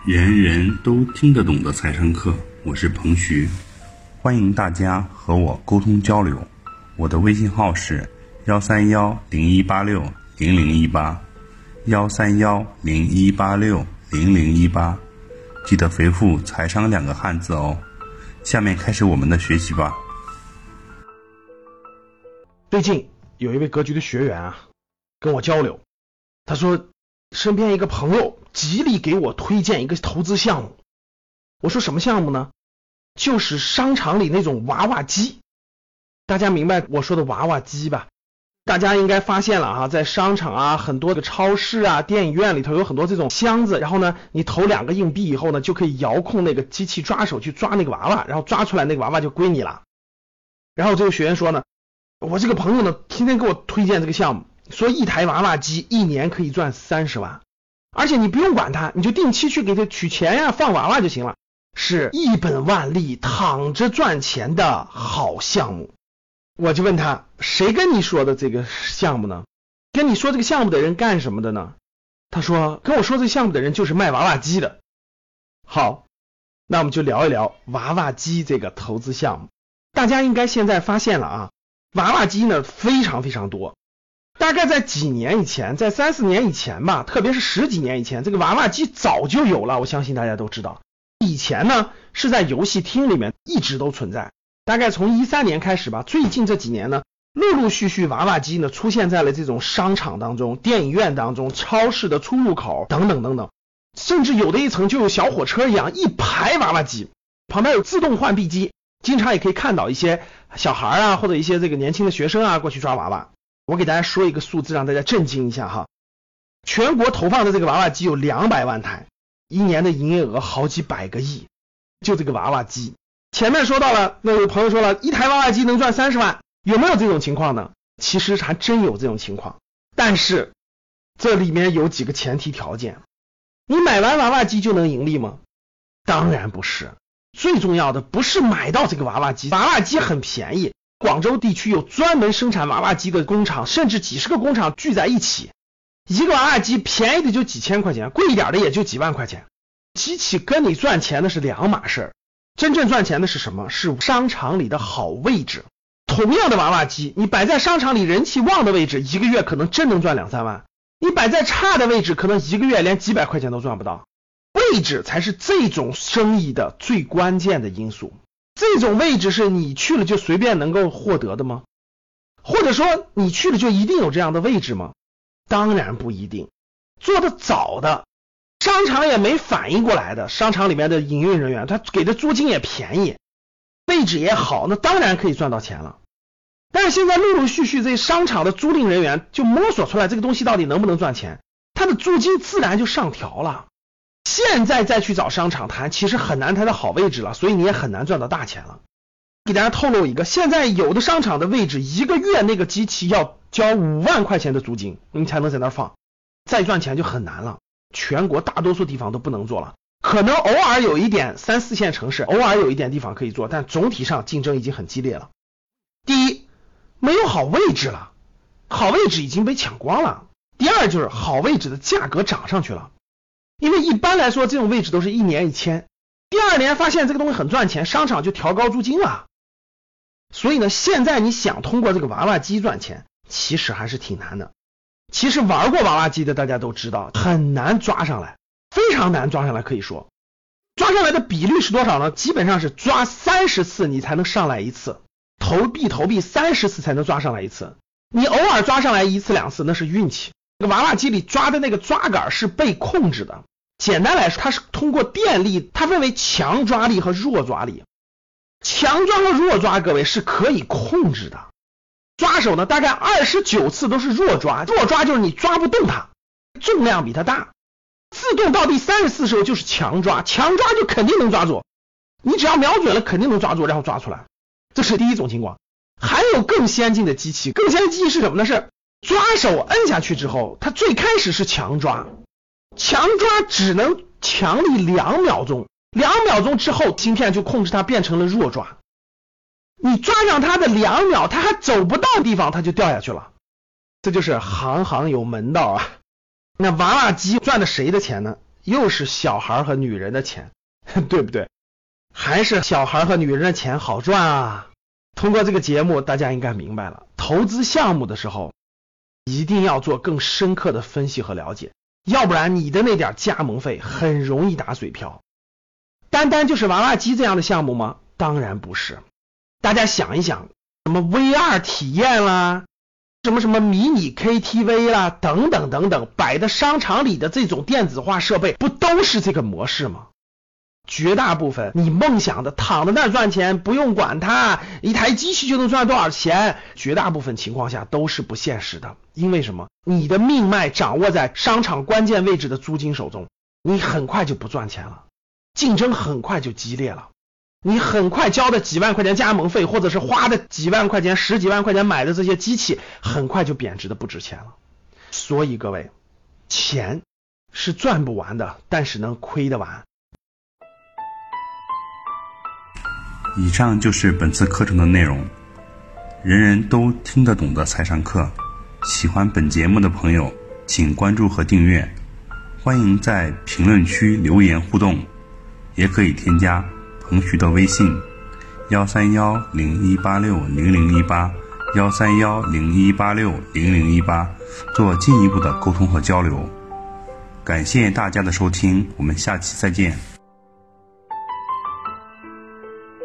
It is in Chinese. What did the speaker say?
人人都听得懂的财商课，我是彭徐，欢迎大家和我沟通交流。我的微信号是13101860018，13101860018，记得回复财商2个汉字哦。下面开始我们的学习吧。 最近有一位格局的学员跟我交流，他说身边一个朋友极力给我推荐一个投资项目。我说什么项目呢？就是商场里那种娃娃机。大家明白我说的娃娃机吧？大家应该发现了在商场很多个超市电影院里头有很多这种箱子，然后呢你投2个硬币以后呢，就可以遥控那个机器抓手去抓那个娃娃，然后抓出来那个娃娃就归你了。然后这个学员说呢，我这个朋友呢天天给我推荐这个项目，说一台娃娃机1年可以赚30万，而且你不用管它，你就定期去给它取钱放娃娃就行了，是一本万利躺着赚钱的好项目。我就问他，谁跟你说的这个项目呢？跟你说这个项目的人干什么的呢？他说跟我说这个项目的人就是卖娃娃机的。好，那我们就聊一聊娃娃机这个投资项目。大家应该现在发现了娃娃机呢非常非常多。大概在几年以前，在3-4年以前吧，特别是10几年以前，这个娃娃机早就有了，我相信大家都知道。以前呢是在游戏厅里面一直都存在，大概从13年开始吧，最近这几年呢，陆陆续续娃娃机呢出现在了这种商场当中、电影院当中、超市的出入口等等等等，甚至有的一层就有小火车一样，一排娃娃机，旁边有自动换币机，经常也可以看到一些小孩或者一些这个年轻的学生过去抓娃娃。我给大家说一个数字让大家震惊一下全国投放的这个娃娃机有200万台，一年的营业额好几百个亿，就这个娃娃机。前面说到了，那有朋友说了，一台娃娃机能赚30万，有没有这种情况呢？其实还真有这种情况，但是这里面有几个前提条件。你买完娃娃机就能盈利吗？当然不是。最重要的不是买到这个娃娃机，娃娃机很便宜，广州地区有专门生产娃娃机的工厂，甚至几十个工厂聚在一起，一个娃娃机便宜的就几千块钱，贵一点的也就几万块钱。机器跟你赚钱的是两码事，真正赚钱的是什么？是商场里的好位置。同样的娃娃机，你摆在商场里人气旺的位置，一个月可能真能赚2-3万，你摆在差的位置，可能一个月连几百块钱都赚不到。位置才是这种生意的最关键的因素。这种位置是你去了就随便能够获得的吗？或者说你去了就一定有这样的位置吗？当然不一定。做得早的商场也没反应过来的，商场里面的营运人员他给的租金也便宜，位置也好，那当然可以赚到钱了。但是现在陆陆续续这商场的租赁人员就摸索出来这个东西到底能不能赚钱，他的租金自然就上调了。现在再去找商场谈，其实很难谈到好位置了，所以你也很难赚到大钱了。给大家透露一个，现在有的商场的位置一个月那个机器要交5万块钱的租金，你才能在那儿放，再赚钱就很难了。全国大多数地方都不能做了，可能偶尔有一点3-4线城市，偶尔有一点地方可以做，但总体上竞争已经很激烈了。第一，没有好位置了，好位置已经被抢光了。第二，就是好位置的价格涨上去了，因为一般来说这种位置都是1年1000，第2年发现这个东西很赚钱，商场就调高租金了。所以呢，现在你想通过这个娃娃机赚钱，其实还是挺难的。其实玩过娃娃机的大家都知道，很难抓上来，非常难抓上来，可以说抓上来的比率是多少呢？基本上是抓30次你才能上来一次，投币30次才能抓上来一次。你偶尔抓上来1次2次那是运气。这个娃娃机里抓的那个抓杆是被控制的，简单来说它是通过电力，它分为强抓力和弱抓力。强抓和弱抓各位是可以控制的，抓手呢大概29次都是弱抓，弱抓就是你抓不动它，重量比它大。自动到第34次时候就是强抓，强抓就肯定能抓住，你只要瞄准了肯定能抓住，然后抓出来。这是第一种情况。还有更先进的机器，更先进的机器是什么呢？是抓手摁下去之后，它最开始是强抓，强抓只能强力2秒钟，2秒钟之后芯片就控制它变成了弱抓，你抓上它的2秒，它还走不到地方，它就掉下去了。这就是行行有门道啊。那娃娃机赚的谁的钱呢？ 又是小孩和女人的钱，对不对？还是小孩和女人的钱好赚啊。通过这个节目大家应该明白了，投资项目的时候一定要做更深刻的分析和了解，要不然你的那点加盟费很容易打水漂。单单就是娃娃机这样的项目吗？当然不是。大家想一想，什么 VR 体验啦，什么迷你 KTV 啦，等等等等，摆的商场里的这种电子化设备，不都是这个模式吗？绝大部分你梦想的躺在那儿赚钱，不用管它，一台机器就能赚多少钱，绝大部分情况下都是不现实的。因为什么？你的命脉掌握在商场关键位置的租金手中，你很快就不赚钱了，竞争很快就激烈了，你很快交的几万块钱加盟费，或者是花的几万块钱、十几万块钱买的这些机器，很快就贬值的不值钱了。所以各位，钱是赚不完的，但是能亏得完。 以上就是本次课程的内容，人人都听得懂的财商课。喜欢本节目的朋友，请关注和订阅，欢迎在评论区留言互动，也可以添加彭徐的微信13101860018，13101860018，做进一步的沟通和交流。感谢大家的收听，我们下期再见。